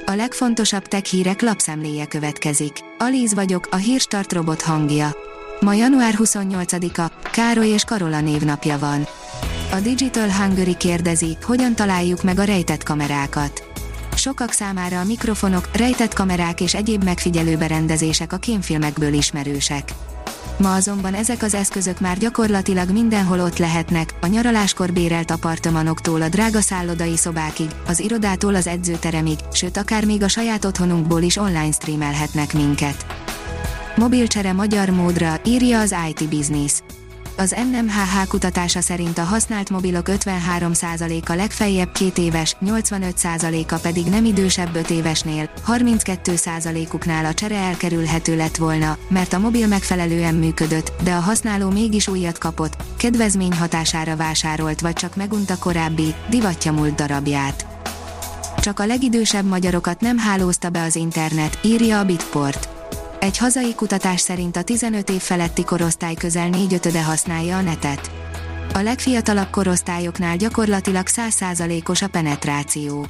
A legfontosabb tech hírek lapszemléje következik. Alíz vagyok, a Hírstart robot hangja. Ma január 28-a, Károly és Karola névnapja van. A Digital Hungary kérdezi, hogyan találjuk meg a rejtett kamerákat. Sokak számára a mikrofonok, rejtett kamerák és egyéb megfigyelőberendezések a kémfilmekből ismerősek. Ma azonban ezek az eszközök már gyakorlatilag mindenhol ott lehetnek, a nyaraláskor bérelt apartmanoktól a drága szállodai szobákig, az irodától az edzőteremig, sőt akár még a saját otthonunkból is online streamelhetnek minket. Mobilcsere magyar módra, írja az IT Business. Az NMHH kutatása szerint a használt mobilok 53%-a legfeljebb 2 éves, 85%-a pedig nem idősebb 5 évesnél, 32%-uknál a csere elkerülhető lett volna, mert a mobil megfelelően működött, de a használó mégis újat kapott, kedvezmény hatására vásárolt vagy csak megunta korábbi, divatja múlt darabját. Csak a legidősebb magyarokat nem hálózta be az internet, írja a Bitport. Egy hazai kutatás szerint a 15 év feletti korosztály közel 4/5 használja a netet. A legfiatalabb korosztályoknál gyakorlatilag 100%-os a penetráció.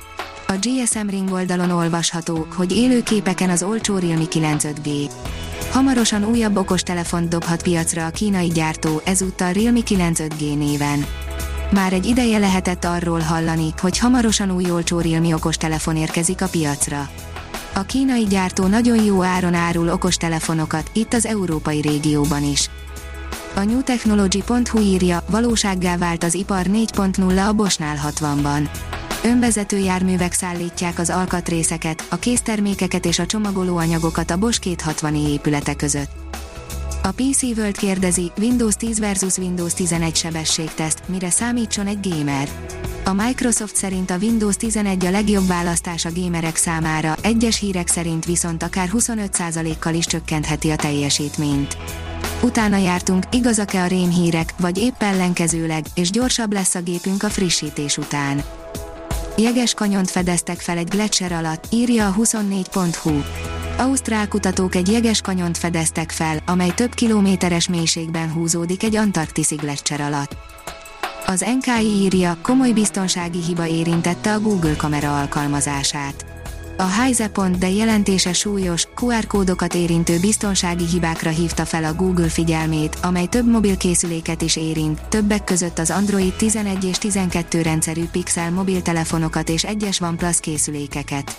A GSM Ring oldalon olvasható, hogy élő képeken az olcsó Realme 9 5G. Hamarosan újabb okostelefont dobhat piacra a kínai gyártó, ezúttal Realme 9 5G néven. Már egy ideje lehetett arról hallani, hogy hamarosan új olcsó Realme okostelefon érkezik a piacra. A kínai gyártó nagyon jó áron árul okostelefonokat, itt az európai régióban is. A newtechnology.hu írja, valósággá vált az ipar 4.0 a Boschnál 60-ban. Önvezető járművek szállítják az alkatrészeket, a késztermékeket és a csomagolóanyagokat a Bosch 260i épülete között. A PC World kérdezi, Windows 10 versus Windows 11 sebességteszt, mire számítson egy gamer. A Microsoft szerint a Windows 11 a legjobb választás a gamerek számára, egyes hírek szerint viszont akár 25%-kal is csökkentheti a teljesítményt. Utána jártunk, igazak-e a rémhírek, vagy épp ellenkezőleg, és gyorsabb lesz a gépünk a frissítés után. Jeges kanyont fedeztek fel egy gletszer alatt, írja a 24.hu. Ausztrál kutatók egy jeges kanyont fedeztek fel, amely több kilométeres mélységben húzódik egy antarktiszi gletszer alatt. Az NKI írja, komoly biztonsági hiba érintette a Google kamera alkalmazását. A Heise.de jelentése súlyos, QR kódokat érintő biztonsági hibákra hívta fel a Google figyelmét, amely több mobilkészüléket is érint, többek között az Android 11 és 12 rendszerű Pixel mobiltelefonokat és egyes OnePlus készülékeket.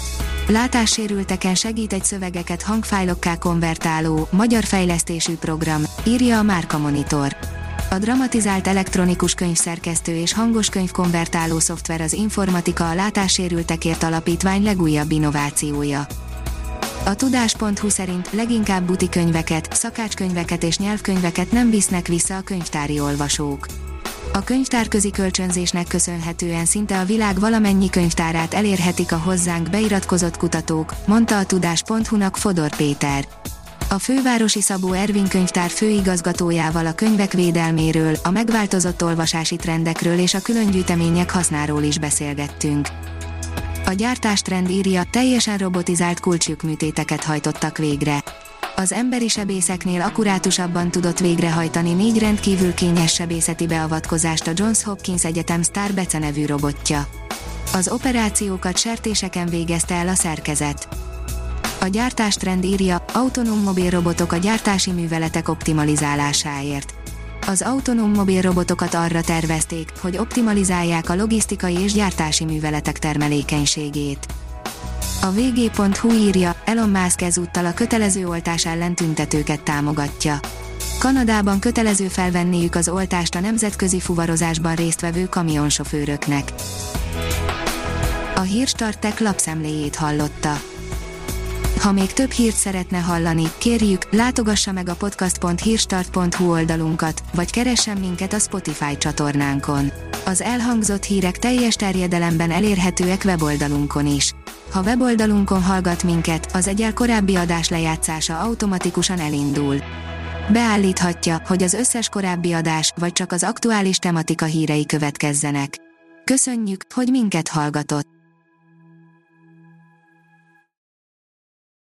Látássérülteken segít egy szövegeket hangfájlokká konvertáló, magyar fejlesztésű program, írja a Márka Monitor. A dramatizált elektronikus könyvszerkesztő és hangos könyvkonvertáló szoftver az Informatika a látássérültekért alapítvány legújabb innovációja. A tudás.hu szerint leginkább butikönyveket, szakácskönyveket és nyelvkönyveket nem visznek vissza a könyvtári olvasók. A könyvtárközi kölcsönzésnek köszönhetően szinte a világ valamennyi könyvtárát elérhetik a hozzánk beiratkozott kutatók, mondta a tudás.hu-nak Fodor Péter. A fővárosi Szabó Ervin könyvtár főigazgatójával a könyvek védelméről, a megváltozott olvasási trendekről és a különgyűjtemények hasznáról is beszélgettünk. A gyártástrend írja, teljesen robotizált kulcslyukműtéteket hajtottak végre. Az emberi sebészeknél akkurátusabban tudott végrehajtani 4 rendkívül kényes sebészeti beavatkozást a Johns Hopkins Egyetem Star Bece nevű robotja. Az operációkat sertéseken végezte el a szerkezet. A gyártástrend írja, autonóm mobilrobotok a gyártási műveletek optimalizálásáért. Az autonóm mobilrobotokat arra tervezték, hogy optimalizálják a logisztikai és gyártási műveletek termelékenységét. A vg.hu írja, Elon Musk ezúttal a kötelező oltás ellen tüntetőket támogatja. Kanadában kötelező felvenniük az oltást a nemzetközi fuvarozásban résztvevő kamionsofőröknek. A Hírstart Tech lapszemléjét hallotta. Ha még több hírt szeretne hallani, kérjük, látogassa meg a podcast.hírstart.hu oldalunkat, vagy keressen minket a Spotify csatornánkon. Az elhangzott hírek teljes terjedelemben elérhetőek weboldalunkon is. Ha weboldalunkon hallgat minket, az egyel korábbi adás lejátszása automatikusan elindul. Beállíthatja, hogy az összes korábbi adás, vagy csak az aktuális tematika hírei következzenek. Köszönjük, hogy minket hallgatott!